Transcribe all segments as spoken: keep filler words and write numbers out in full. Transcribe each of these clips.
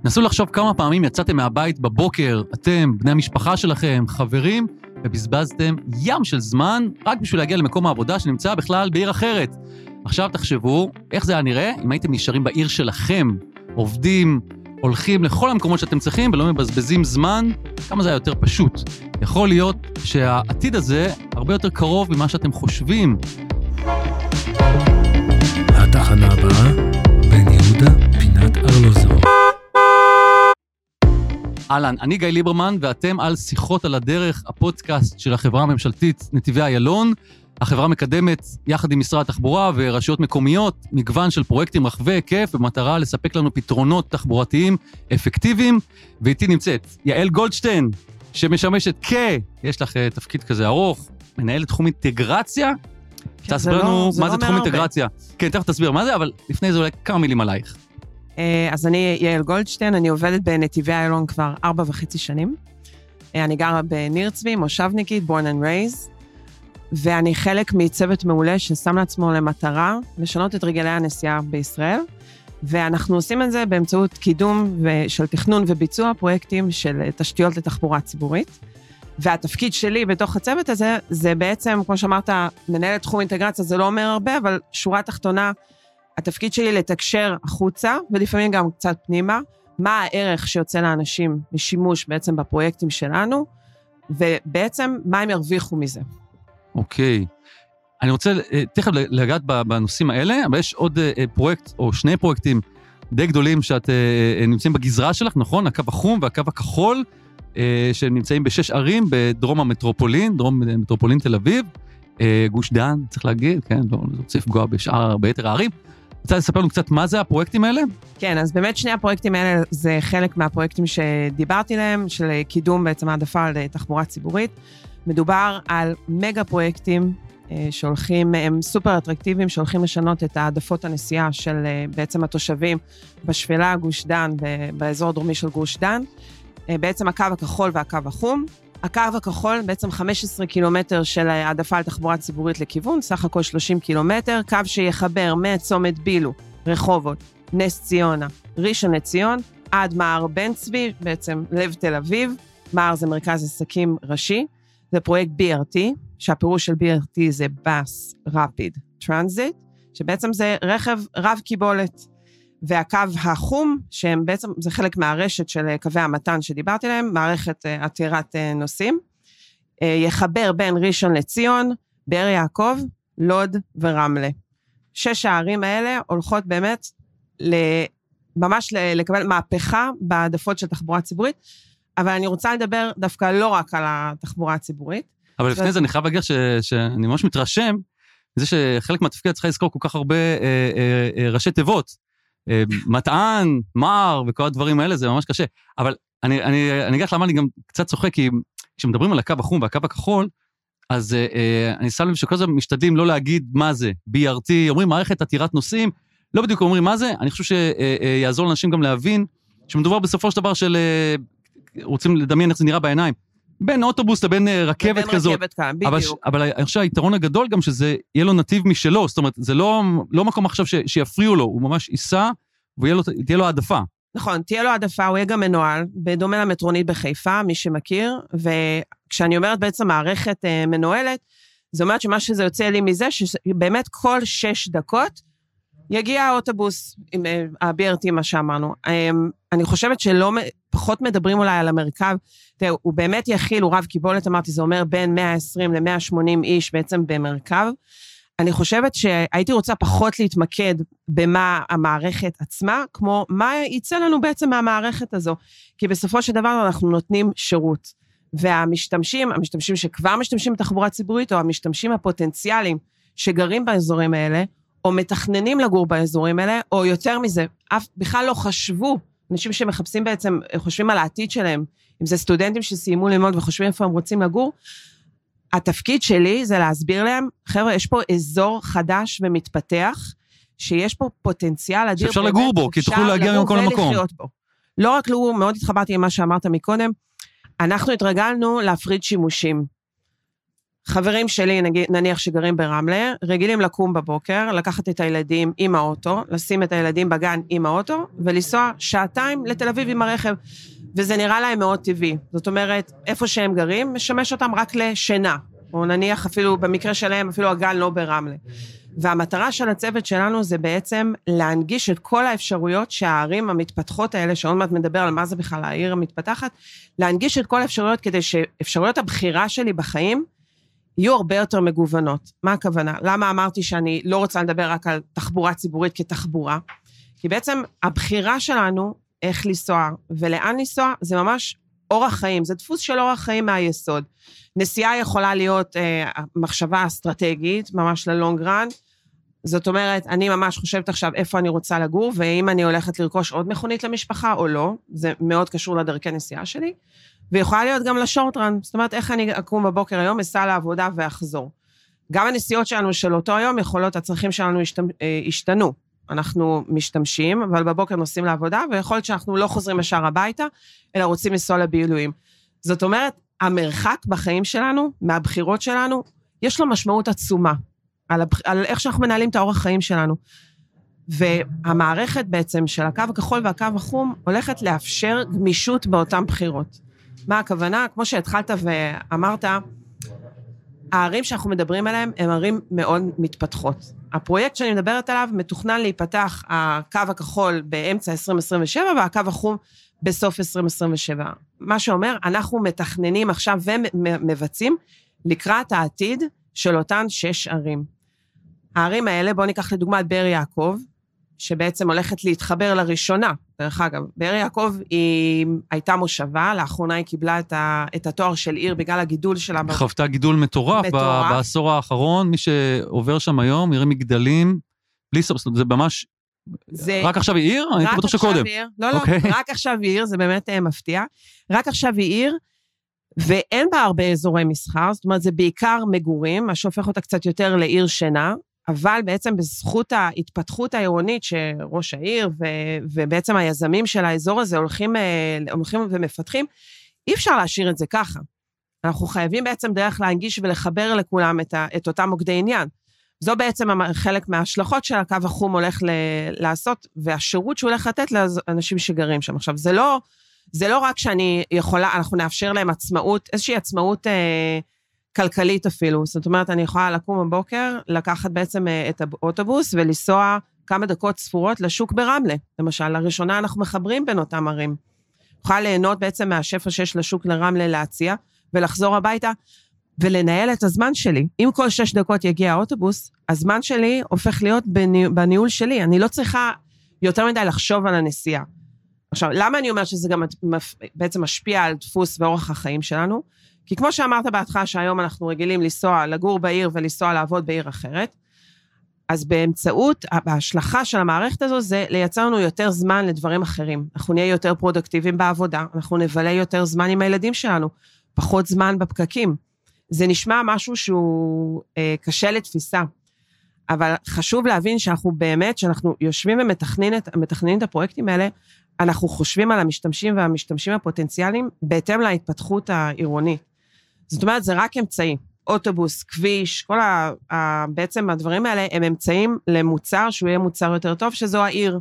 נסו לחשוב כמה פעמים יצאתם מהבית בבוקר, אתם, בני המשפחה שלכם, חברים, ובזבזתם ים של זמן רק בשביל להגיע למקום העבודה שנמצא בכלל בעיר אחרת. עכשיו תחשבו איך זה היה נראה אם הייתם נשארים בעיר שלכם, עובדים, הולכים לכל המקומות שאתם צריכים ולא מבזבזים זמן, כמה זה היה יותר פשוט. יכול להיות שהעתיד הזה הרבה יותר קרוב ממה שאתם חושבים. התחנה הבאה, בן יהודה, פינת ארלוזור. אהלן, אני גיא ליברמן, ואתם על שיחות על הדרך, הפודקאסט של החברה הממשלתית נתיבי איילון. החברה מקדמת יחד עם משרד התחבורה ורשויות מקומיות, מגוון של פרויקטים רחבי היקף, במטרה לספק לנו פתרונות תחבורתיים אפקטיביים, ואיתי נמצאת יעל גולדשטיין, שמשמשת כ... יש לך תפקיד כזה ארוך, מנהלת תחום אינטגרציה. תסביר לנו מה זה תחום אינטגרציה. כן, תכף תסביר מה זה, אבל לפני זה אולי כמה מילים עלייך. אז אני יעל גולדשטיין, אני עובדת בנתיבי איילון כבר ארבע וחצי שנים. אני גרה בניר צבי, מושבניקית, born and raised, ואני חלק מצוות מעולה ששם לעצמו למטרה לשנות את רגלי הנסיעה בישראל, ואנחנו עושים את זה באמצעות קידום של תכנון וביצוע פרויקטים של תשתיות לתחבורה ציבורית, והתפקיד שלי בתוך הצוות הזה, זה בעצם, כמו שאמרת, מנהלת תחום אינטגרציה, זה לא אומר הרבה, אבל שורה תחתונה, התפקיד שלי לתקשר החוצה, ולפעמים גם קצת פנימה, מה הערך שיוצא לאנשים משימוש בעצם בפרויקטים שלנו, ובעצם מה הם ירוויחו מזה. אוקיי. אני רוצה תכף לגעת בנושאים האלה, אבל יש עוד פרויקט, או שני פרויקטים די גדולים שאת נמצאים בגזרה שלך, נכון? הקו החום והקו הכחול, שנמצאים בשש ערים בדרום המטרופולין, דרום מטרופולין תל אביב, גוש דן, צריך להגיד, כן, לא רוצה לפגוע בשאר ביתר הערים. רוצה לספר לנו קצת מה זה הפרויקטים האלה? כן, אז באמת שני הפרויקטים האלה זה חלק מהפרויקטים שדיברתי להם, של קידום בעצם העדפה לתחבורה ציבורית. מדובר על מגה פרויקטים שהולכים, הם סופר אטרקטיביים, שהולכים לשנות את העדפות הנסיעה של בעצם התושבים בשפלה, גוש דן, באזור הדרומי של גוש דן. בעצם הקו הכחול והקו החום. הקו הכחול בעצם חמישה עשר קילומטר של העדפה לתחבורה ציבורית לכיוון, סך הכל שלושים קילומטר, קו שיחבר מצומת בילו, רחובות, נס ציונה, ראשון לציון, עד מער בן צבי, בעצם לב תל אביב. מער זה מרכז עסקים ראשי, זה פרויקט בי אר טי, שהפירוש של בי אר טי זה Bus Rapid Transit, שבעצם זה רכב רב קיבולת. והקו החום, שהם בעצם, זה חלק מהרשת של קווי המתן שדיברתי להם, מערכת עתירת נוסעים, יחבר בין ראשון לציון, באר יעקב, לוד ורמלה. שש הערים האלה הולכות באמת ממש לקבל מהפכה בעדפות של תחבורה ציבורית, אבל אני רוצה לדבר דווקא לא רק על התחבורה הציבורית. אבל לפני זה אני חייב להגיד שאני ממש מתרשם, מזה שחלק מהתפקיד צריכה לזכור כל כך הרבה ראשי תיבות, מטען, מר וכל הדברים האלה, זה ממש קשה. אבל אני, אני, אני אגיד למה אני גם קצת צוחק, כי כשמדברים על הקו החום והקו הכחול, אז אה, אני שם לב שכל זה משתדלים לא להגיד מה זה, בי אר טי, אומרים מערכת עתירת נוסעים, לא בדיוק אומרים מה זה, אני חושב שיעזור לאנשים גם להבין, שמדובר בסופו של דבר של, רוצים לדמיין איך זה נראה בעיניים, בין אוטובוס לבין רכבת כזאת. רכבת כאן, בדיוק. אבל, אבל אני חושב היתרון הגדול גם שזה יהיה לו נתיב משלו, זאת אומרת, זה לא, לא מקום עכשיו ש, שיפריעו לו, הוא ממש ייסע, ותהיה לו העדפה. נכון, תהיה לו העדפה, הוא יהיה גם מנוהל, בדומה למטרונית בחיפה, מי שמכיר, וכשאני אומרת בעצם מערכת מנוהלת, זאת אומרת שמה שזה יוצא לי מזה, שבאמת כל שש דקות, יגיע האוטובוס עם ה-בי אר טי, מה שאמרנו. אני חושבת שלא, פחות מדברים אולי על המרכב, תראו, הוא באמת יכיל, הוא רב קיבולת, אמרתי, זה אומר בין מאה ועשרים ל-מאה ושמונים איש בעצם במרכב. אני חושבת שהייתי רוצה פחות להתמקד במה המערכת עצמה, כמו מה יצא לנו בעצם מהמערכת הזו, כי בסופו של דבר אנחנו נותנים שירות, והמשתמשים, המשתמשים שכבר משתמשים בתחבורה ציבורית, או המשתמשים הפוטנציאליים שגרים באזורים האלה, או מתכננים לגור באזורים האלה, או יותר מזה, אף בכלל לא חשבו, אנשים שמחפשים בעצם, חושבים על העתיד שלהם, אם זה סטודנטים שסיימו ללמוד וחושבים איפה הם רוצים לגור, התפקיד שלי זה להסביר להם, חבר'ה, יש פה אזור חדש ומתפתח, שיש פה פוטנציאל אדיר. שאפשר לגור בו, כי תוכלו להגיע ממקום למקום. לא רק לגור, מאוד התחברתי עם מה שאמרת מקודם, אנחנו התרגלנו להפריד שימושים. חברים שלי, נניח שגרים ברמלה, רגילים לקום בבוקר, לקחת את הילדים עם האוטו, לשים את הילדים בגן עם האוטו, ולנסוע שעתיים לתל אביב עם הרכב. וזה נראה להם מאוד טבעי. זאת אומרת, איפה שהם גרים, משמש אותם רק לשינה. או נניח אפילו, במקרה שלהם, אפילו הגן לא ברמלה. והמטרה של הצוות שלנו זה בעצם להנגיש את כל האפשרויות שהערים המתפתחות האלה, שעוד מעט מדבר על מה זה בכלל העיר המתפתחת, להנגיש את כל האפשרויות כדי שאפשרויות הבחירה שלי בחיים יהיו הרבה יותר מגוונות. מה הכוונה? למה אמרתי שאני לא רוצה לדבר רק על תחבורה ציבורית כתחבורה? כי בעצם הבחירה שלנו, איך לנסוע ולאן לנסוע, זה ממש אורח חיים, זה דפוס של אורח חיים מהיסוד. נסיעה יכולה להיות אה, מחשבה אסטרטגית, ממש ללונג רן, זאת אומרת, אני ממש חושבת עכשיו איפה אני רוצה לגור, ואם אני הולכת לרכוש עוד מכונית למשפחה או לא, זה מאוד קשור לדרכי נסיעה שלי, ויכולה להיות גם לשורט רן, זאת אומרת, איך אני אקום בבוקר היום, אסע לעבודה ואחזור. גם הנסיעות שלנו של אותו היום, יכולות, הצרכים שלנו השתנו, אנחנו משתמשים, אבל בבוקר נוסעים לעבודה, ויכול להיות שאנחנו לא חוזרים ישר הביתה, אלא רוצים לנסוע לבילויים. זאת אומרת, המרחק בחיים שלנו, מהבחירות שלנו, יש לו משמעות עצומה, על, הבח... על איך שאנחנו מנהלים את האורח חיים שלנו. והמערכת בעצם של הקו הכחול והקו החום, הולכת לאפשר גמישות באותן בחירות. מה הכוונה? כמו שהתחלת ואמרת, הערים שאנחנו מדברים עליהם, הם ערים מאוד מתפתחות. הפרויקט שאני מדברת עליו, מתוכנן להיפתח הקו הכחול באמצע עשרים עשרים ושבע, והקו החום בסוף עשרים עשרים ושבע. מה שאומר, אנחנו מתכננים עכשיו ומבצעים לקראת העתיד של אותן שש ערים. הערים האלה, בואו ניקח לדוגמה את באר יעקב, שבעצם הולכת להתחבר לראשונה. דרך אגב, באר יעקב היא הייתה מושבה, לאחרונה היא קיבלה את, ה, את התואר של עיר בגלל הגידול שלה. חוותה גידול מטורף, מטורף. בעשור האחרון, מי שעובר שם היום, יראה מגדלים, בלי סוף, זה ממש, זה, רק עכשיו היא עיר? אני בטוח שקודם. עיר, לא, לא, okay. רק עכשיו היא עיר, זה באמת מפתיע. רק עכשיו היא עיר, ואין בה הרבה אזורי מסחר, זאת אומרת, זה בעיקר מגורים, מה שהופך אותה קצת יותר לעיר שינה, אבל בעצם בזכות ההתפתחות העירונית שראש העיר, ו, ובעצם היזמים של האזור הזה הולכים, הולכים ומפתחים, אי אפשר להשאיר את זה ככה. אנחנו חייבים בעצם דרך להנגיש ולחבר לכולם את, ה, את אותם מוקדי עניין. זו בעצם חלק מההשלכות של הקו החום הולך ל, לעשות, והשירות שהוא הולך לתת לאנשים שגרים שם. עכשיו, זה לא, זה לא רק שאני יכולה, אנחנו נאפשר להם עצמאות, איזושהי עצמאות אה, כלכלית אפילו. זאת אומרת, אני יכולה לקום בבוקר, לקחת בעצם את האוטובוס, ולנסוע כמה דקות ספורות לשוק ברמלה. למשל, לראשונה אנחנו מחברים בין אותם ערים. יכולה ליהנות בעצם מהשפע שיש לשוק לרמלה להציע, ולחזור הביתה, ולנהל את הזמן שלי. אם כל שש דקות יגיע האוטובוס, הזמן שלי הופך להיות בניהול שלי. אני לא צריכה יותר מדי לחשוב על הנסיעה. עכשיו, למה אני אומרת שזה גם בעצם משפיע על דפוס ואורח החיים שלנו? כי כמו שאמרת בהתחלה שהיום אנחנו רגילים לנסוע, לגור בעיר ולנסוע לעבוד בעיר אחרת, אז באמצעות, ההשלכה של המערכת הזו זה לייצר לנו יותר זמן לדברים אחרים. אנחנו נהיה יותר פרודקטיביים בעבודה, אנחנו נבלה יותר זמן עם הילדים שלנו, פחות זמן בפקקים. זה נשמע משהו שהוא אה, קשה לתפיסה, אבל חשוב להבין שאנחנו באמת, שאנחנו יושבים ומתכננים את, מתכננים את הפרויקטים האלה, אנחנו חושבים על המשתמשים והמשתמשים הפוטנציאליים, בהתאם להתפתחות העירונית. זאת אומרת, זה רק אמצעי, אוטובוס, כביש, כל ה, ה, בעצם הדברים האלה, הם אמצעים למוצר, שהוא יהיה מוצר יותר טוב, שזו העיר.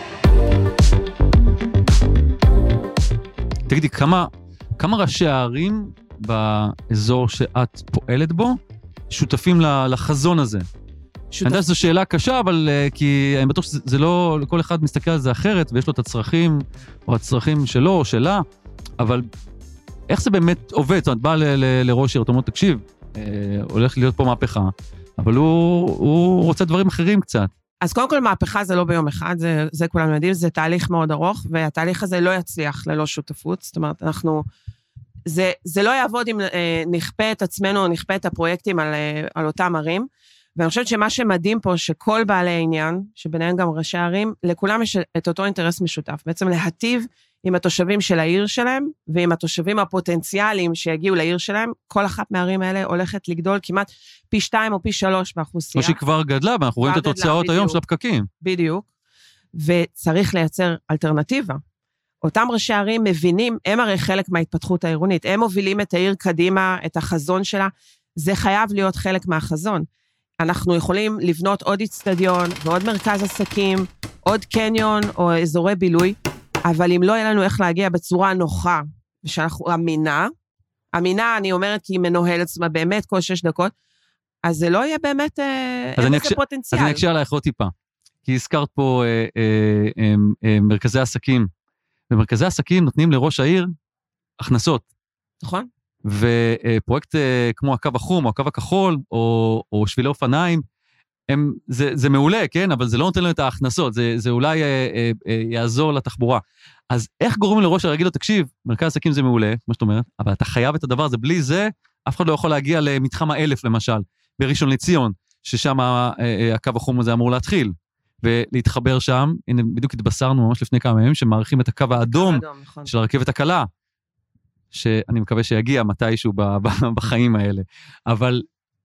תגידי, כמה, כמה ראשי הערים באזור שאת פועלת בו, שותפים לחזון הזה? אני יודע שזו שאלה קשה, אבל כי אני בטוח שזה לא, כל אחד מסתכל על זה אחרת, ויש לו את הצרכים, או הצרכים שלו או שלה, אבל איך זה באמת עובד? זאת אומרת, בא לראש עיר, אתה אומר, תקשיב, הולך להיות פה מהפכה, אבל הוא, הוא רוצה דברים אחרים קצת. אז קודם כל, מהפכה זה לא ביום אחד, זה, זה כולנו יודעים, זה תהליך מאוד ארוך, והתהליך הזה לא יצליח ללא שותפות, זאת אומרת, אנחנו, זה, זה לא יעבוד אם נכפה את עצמנו, או נכפה את הפרויקטים על, על אותם ערים, ואני חושבת שמה שמדהים פה, שכל בעלי העניין, שביניהם גם ראשי הערים, לכולם יש את אותו אינטרס משותף, בעצם להטיב עם התושבים של העיר שלהם, ועם התושבים הפוטנציאליים שיגיעו לעיר שלהם, כל אחת מהערים האלה הולכת לגדול כמעט פי שתיים או פי שלוש באוכלוסייה. או שהיא כבר גדלה, ואנחנו רואים את התוצאות היום של הפקקים. בדיוק, וצריך לייצר אלטרנטיבה. אותם ראשי הערים מבינים, הם הרי חלק מההתפתחות העירונית, הם מובילים את העיר קדימה, את החזון שלה, זה חייב להיות חלק מהחזון. אנחנו יכולים לבנות עוד אצטדיון ועוד מרכז עסקים, עוד קניון או אזורי בילוי, אבל אם לא יהיה לנו איך להגיע בצורה נוחה, ושאנחנו אמינה, אמינה אני אומרת כי היא מנוהלת, זאת אומרת באמת כל שש דקות, אז זה לא יהיה באמת, אין לזה פוטנציאל. אז אני אקשר עלייך עוד טיפה, כי הזכרת פה אה, אה, אה, אה, מרכזי עסקים, ומרכזי עסקים נותנים לראש העיר הכנסות. נכון. ופרויקט אה, כמו הקו החום, או הקו הכחול, או, או שבילי אופניים, הם, זה, זה מעולה, כן? אבל זה לא נותן לו את ההכנסות, זה, זה אולי אה, אה, אה, יעזור לתחבורה. אז איך גורמים לראש העיר, להגיד לו, תקשיב, מרכז עסקים זה מעולה, כמו שאת אומרת, אבל אתה חייב את הדבר הזה, בלי זה, אף אחד לא יכול להגיע למתחם האלף, למשל, בראשון לציון, ששם אה, אה, הקו החום הזה אמור להתחיל, ולהתחבר שם, הנה, בדיוק התבשרנו ממש לפני כמה ימים, שמעריכים את הקו האדום, האדום נכון. של הרכבת הקלה, שאני מקווה שיגיע מתישהו בחיים האלה. אבל,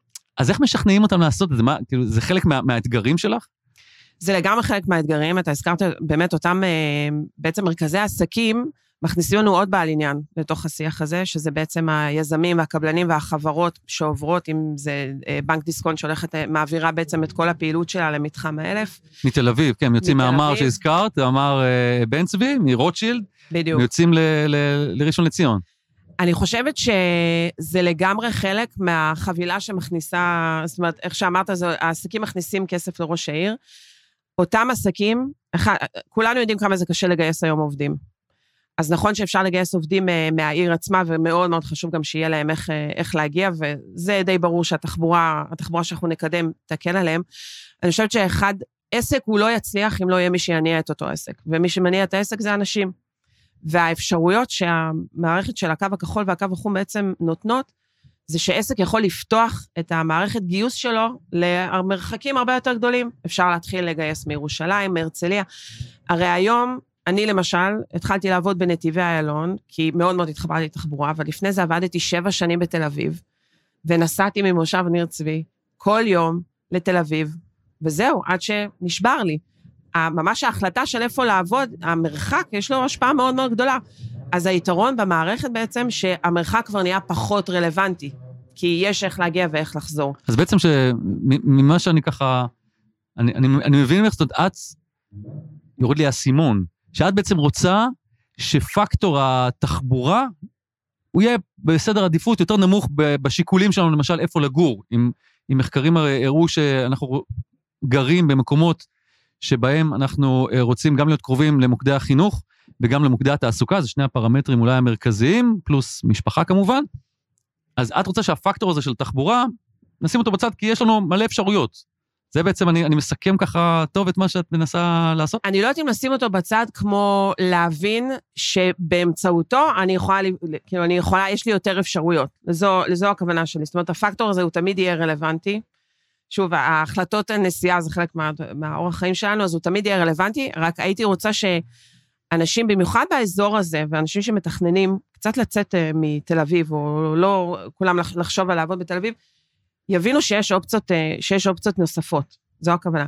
אז איך משכנעים אותם לעשות את זה? מה, כאילו, זה חלק מה, מהאתגרים שלך? זה לגמרי חלק מהאתגרים, אתה הזכרת באמת אותם, בעצם מרכזי העסקים, מכניסים לנו עוד בעל עניין לתוך השיח הזה, שזה בעצם היזמים והקבלנים והחברות שעוברות, אם זה בנק דיסקונט שהולכת, מעבירה בעצם את כל הפעילות שלה למתחם האלף. מתל אביב, כן, יוצאים מהמר שהזכרת, אמר בן צבי, מרוטשילד, בדיוק. יוצאים ל- ל- לראשון לציון. אני חושבת שזה לגמרי חלק מהחבילה שמכניסה, זאת אומרת, איך שאמרת, העסקים מכניסים כסף לראש העיר, אותם עסקים, כולנו יודעים כמה זה קשה לגייס היום עובדים. אז נכון שאפשר לגייס עובדים מהעיר עצמה, ומאוד מאוד חשוב גם שיהיה להם איך, איך להגיע, וזה די ברור שהתחבורה, התחבורה שאנחנו נקדם תקל עליהם. אני חושבת שאחד, עסק הוא לא יצליח אם לא יהיה מי שיניע את אותו עסק, ומי שמניע את העסק זה אנשים. והאפשרויות שהמערכת של הקו הכחול והקו החום בעצם נותנות, זה שעסק יכול לפתוח את המערכת גיוס שלו למרחקים הרבה יותר גדולים. אפשר להתחיל לגייס מירושלים, מהרצליה. הרי היום, אני למשל, התחלתי לעבוד בנתיבי איילון, כי מאוד מאוד התחברתי לתחבורה, אבל לפני זה עבדתי שבע שנים בתל אביב, ונסעתי ממושב ניר צבי, כל יום לתל אביב, וזהו, עד שנשבר לי. ממש ההחלטה של איפה לעבוד, המרחק, יש לו השפעה מאוד מאוד גדולה. אז היתרון במערכת בעצם, שהמרחק כבר נהיה פחות רלוונטי, כי יש איך להגיע ואיך לחזור. אז בעצם שממה שאני ככה, אני, אני, אני מבין איך זאת, את יורד לי הסימון, שאת בעצם רוצה שפקטור התחבורה, הוא יהיה בסדר עדיפות יותר נמוך בשיקולים שלנו, למשל איפה לגור, אם, אם מחקרים הראו שאנחנו גרים במקומות, שבהם אנחנו רוצים גם להיות קרובים למוקדי החינוך, וגם למוקדי התעסוקה, זה שני הפרמטרים אולי המרכזיים, פלוס משפחה כמובן, אז את רוצה שהפקטור הזה של תחבורה, נשים אותו בצד, כי יש לנו מלא אפשרויות. זה בעצם, אני, אני מסכם ככה טוב את מה שאת מנסה לעשות? אני לא יודעת אם לשים אותו בצד, כמו להבין שבאמצעותו אני יכולה, כאילו אני יכולה, יש לי יותר אפשרויות. לזו, לזו הכוונה שלי. זאת אומרת, הפקטור הזה הוא תמיד יהיה רלוונטי, שוב, ההחלטות הנסיעה זה חלק מה, מהאורח חיים שלנו, אז הוא תמיד יהיה רלוונטי, רק הייתי רוצה שאנשים, במיוחד באזור הזה, ואנשים שמתכננים קצת לצאת מתל אביב, או לא כולם לחשוב על לעבוד בתל אביב, יבינו שיש אופציות, שיש אופציות נוספות. זו הכוונה.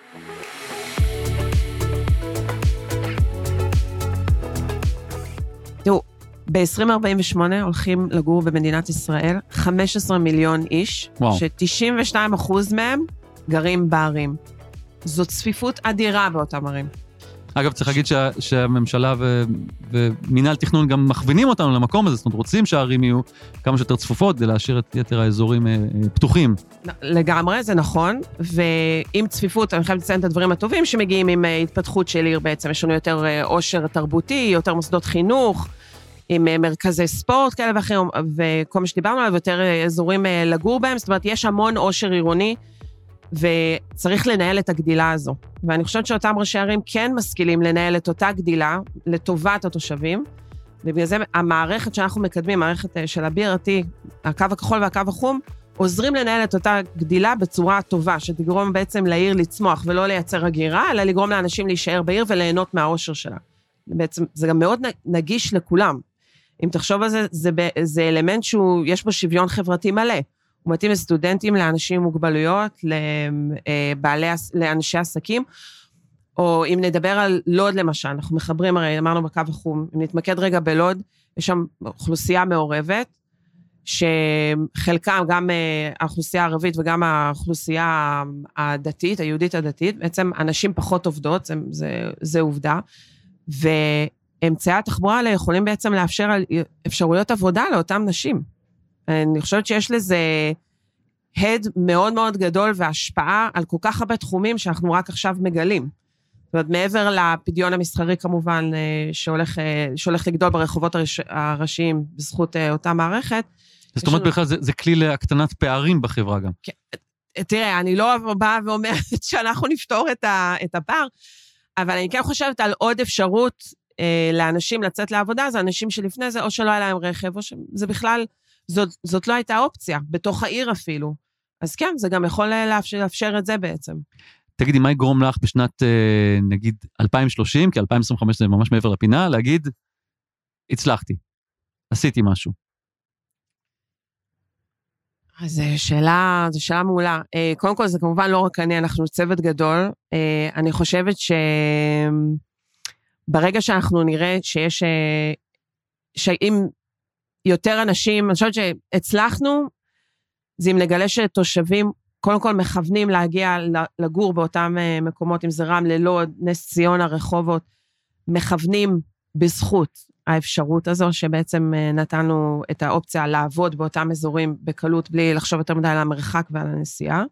תראו, ב-עשרים ארבעים ושמונה הולכים לגור במדינת ישראל חמישה עשר מיליון איש, ש-תשעים ושניים אחוז מהם גרים בערים. זו צפיפות אדירה באותם ערים. אגב, צריך להגיד שה, שהממשלה ו, ומינהל תכנון גם מכווינים אותנו למקום הזה, זאת אומרת, רוצים שהערים יהיו כמה שיותר צפופות, כדי להשאיר את יתר האזורים פתוחים. לגמרי, זה נכון, ועם צפיפות, אני חייבת לציין את הדברים הטובים שמגיעים עם התפתחות של עיר בעצם, יש לנו יותר עושר תרבותי, יותר מוסדות חינוך, עם מרכזי ספורט כאלה ואחרים, וכל מה שדיברנו עליו, יותר אזורים לגור בהם, זאת אומרת, יש המון עושר עירוני, וצריך לנהל את הגדילה הזו. ואני חושבת שאותם ראשי ערים כן משכילים לנהל את אותה גדילה, לטובת התושבים, ובגלל זה המערכת שאנחנו מקדמים, מערכת של ה-בי אר טי, הקו הכחול והקו החום, עוזרים לנהל את אותה גדילה בצורה טובה, שתגרום בעצם לעיר לצמוח, ולא לייצר הגירה, אלא לגרום לאנשים להישאר בעיר וליהנות מהעושר שלה. בעצם זה גם מאוד נגיש לכולם. אם תחשוב על זה, זה, זה אלמנט שהוא, יש בו שוויון חברתי מלא. הוא מתאים לסטודנטים, לאנשים עם מוגבלויות, לבעלי, לאנשי עסקים, או אם נדבר על לוד למשל, אנחנו מחברים, הרי אמרנו בקו החום, אם נתמקד רגע בלוד, יש שם אוכלוסייה מעורבת, שחלקם, גם האוכלוסייה הערבית וגם האוכלוסייה הדתית, היהודית הדתית, בעצם אנשים פחות עובדות, זה, זה, זה עובדה, ואמצעי התחבורה האלה יכולים בעצם לאפשר אפשרויות עבודה לאותם נשים. אני חושבת שיש לזה הד מאוד מאוד גדול והשפעה על כל כך הרבה תחומים שאנחנו רק עכשיו מגלים. זאת אומרת, מעבר לפדיון המסחרי כמובן, שהולך, שהולך לגדול ברחובות הראש, הראשיים בזכות אותה מערכת. זאת אומרת, בכלל זה, זה כלי להקטנת פערים בחברה גם. תראה, אני לא באה ואומרת שאנחנו נפתור את, ה, את הפער, אבל אני כן חושבת על עוד אפשרות אה, לאנשים לצאת לעבודה, זה אנשים שלפני זה, או שלא היה להם רכב, או שזה בכלל, זאת, זאת לא הייתה אופציה, בתוך העיר אפילו. אז כן, זה גם יכול לאפשר, לאפשר את זה בעצם. תגידי, מה יגרום לך בשנת, אה, נגיד, אלפיים ושלושים, כי אלפיים עשרים וחמש זה ממש מעבר לפינה, להגיד, הצלחתי, עשיתי משהו. אז זו שאלה, זו שאלה מעולה. קודם כל, זה כמובן לא רק אני, אנחנו צוות גדול. אני חושבת שברגע שאנחנו נראה שיש, שאם יותר אנשים, אני חושבת שהצלחנו, זה אם נגלה שתושבים, קודם כל מכוונים להגיע לגור באותם מקומות, אם זה רמלה, לוד, נס ציונה, רחובות, מכוונים בזכות האפשרות הזו, שבעצם נתנו את האופציה לעבוד באותם אזורים בקלות, בלי לחשוב יותר מדי על המרחק ועל הנסיעה.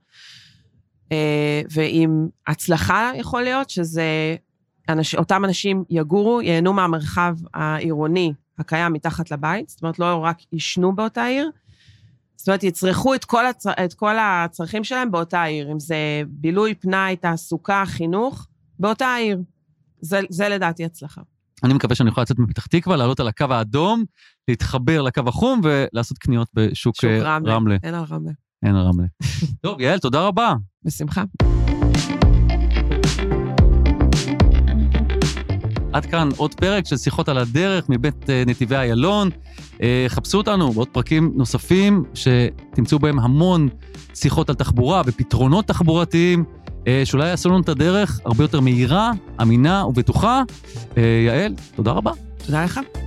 ועם הצלחה יכול להיות שזה, אותם אנשים יגורו, ייהנו מהמרחב העירוני הקיים מתחת לבית, זאת אומרת, לא רק ישנו באותה עיר, זאת אומרת, יצרכו את כל, הצר, את כל הצרכים שלהם באותה עיר, אם זה בילוי, פנאי, תעסוקה, חינוך, באותה עיר. זה, זה לדעתי הצלחה. אני מקווה שאני יכול לצאת מפתח תקווה, לעלות על הקו האדום, להתחבר לקו החום, ולעשות קניות בשוק רמלה. רמלה. אין על רמלה. אין על רמלה. טוב, יעל, תודה רבה. בשמחה. עד כאן עוד פרק של שיחות על הדרך מבית נתיבי איילון. חפשו אותנו בעוד פרקים נוספים, שתמצאו בהם המון שיחות על תחבורה ופתרונות תחבורתיים, שאולי יעשו לנו את הדרך הרבה יותר מהירה, אמינה ובטוחה. יעל, תודה רבה. תודה לך.